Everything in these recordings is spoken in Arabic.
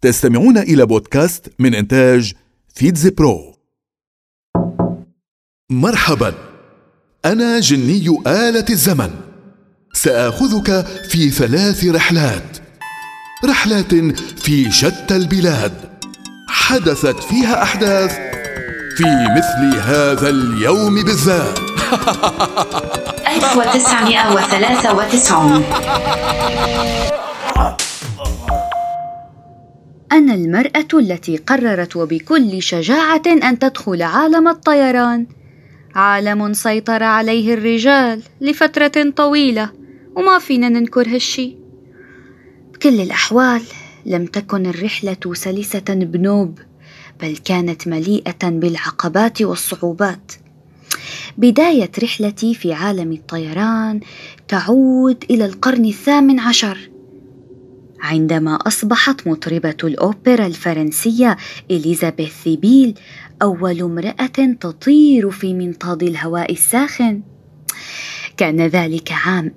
تستمعون إلى بودكاست من إنتاج فيتز برو. مرحبا، أنا جني آلة الزمن. سآخذك في 3 رحلات في شتى البلاد، حدثت فيها أحداث في مثل هذا اليوم بالذات. 1993. أنا المرأة التي قررت وبكل شجاعة أن تدخل عالم الطيران، عالم سيطر عليه الرجال لفترة طويلة وما فينا ننكر هالشي. بكل الأحوال لم تكن الرحلة سلسة بنوب، بل كانت مليئة بالعقبات والصعوبات. بداية رحلتي في عالم الطيران تعود إلى القرن 18، عندما أصبحت مطربة الأوبرا الفرنسية إليزابيث ثيبيل أول امرأة تطير في منطاد الهواء الساخن. كان ذلك عام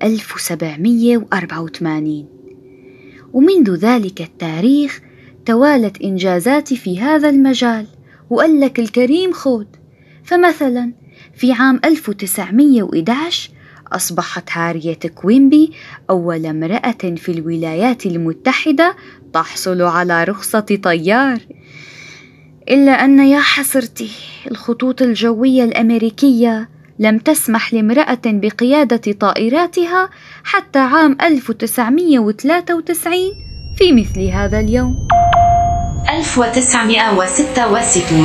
1784، ومنذ ذلك التاريخ توالت إنجازاتي في هذا المجال، وقال لك الكريم خود. فمثلا في عام 1911 أصبحت هاريت كوينبي أول امرأة في الولايات المتحدة تحصل على رخصة طيار. إلا أن يا حسرتي الخطوط الجوية الأمريكية لم تسمح لامرأة بقيادة طائراتها حتى عام 1993 في مثل هذا اليوم. 1966.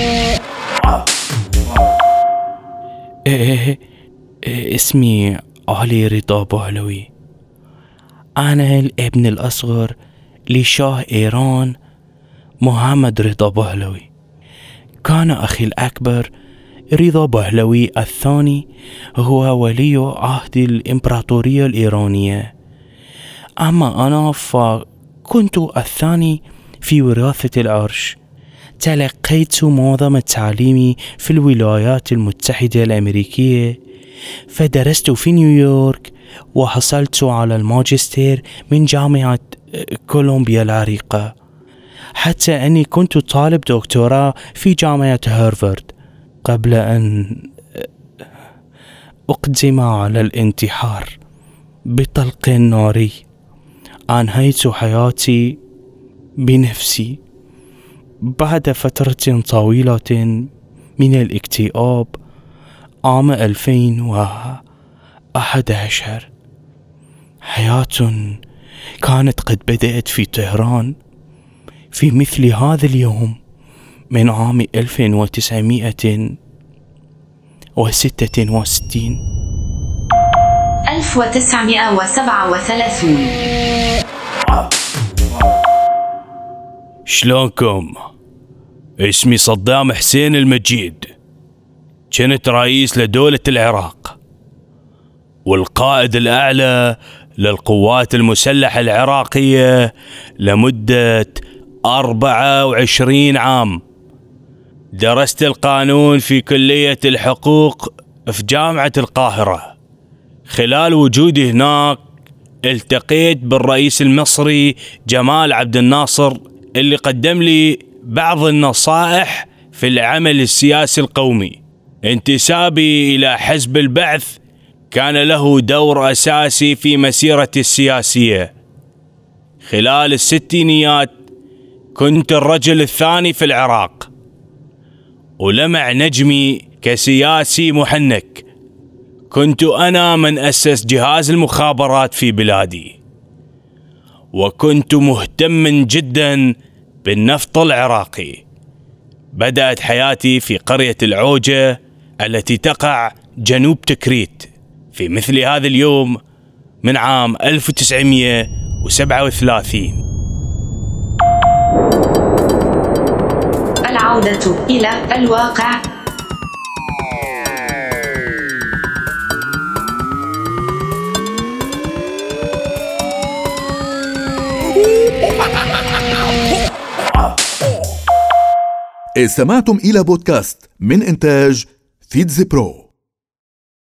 اسمي علي رضا بهلوي. أنا الابن الأصغر لشاه إيران محمد رضا بهلوي. كان أخي الأكبر رضا بهلوي الثاني هو ولي عهد الإمبراطورية الإيرانية، أما أنا فكنت الثاني في وراثة العرش. تلقيت معظم تعليمي في الولايات المتحدة الأمريكية، فدرست في نيويورك وحصلت على الماجستير من جامعة كولومبيا العريقة، حتى أني كنت طالب دكتوراه في جامعة هارفارد قبل أن أقدم على الانتحار بطلق ناري. أنهيت حياتي بنفسي بعد فترة طويلة من الاكتئاب عام 2011. حياة كانت قد بدأت في طهران في مثل هذا اليوم من عام 1966. 1937. شلونكم؟ اسمي صدام حسين المجيد، كنت رئيس لدولة العراق والقائد الأعلى للقوات المسلحة العراقية لمدة 24 عام. درست القانون في كلية الحقوق في جامعة القاهرة. خلال وجودي هناك التقيت بالرئيس المصري جمال عبد الناصر اللي قدم لي بعض النصائح في العمل السياسي القومي. انتسابي إلى حزب البعث كان له دور أساسي في مسيرتي السياسية. خلال الستينيات كنت الرجل الثاني في العراق، ولمع نجمي كسياسي محنك. كنت أنا من أسس جهاز المخابرات في بلادي، وكنت مهتما جدا بالنفط العراقي. بدأت حياتي في قرية العوجة التي تقع جنوب تكريت في مثل هذا اليوم من عام 1937. العودة إلى الواقع. استمعتم إلى بودكاست من إنتاج فيتز برو.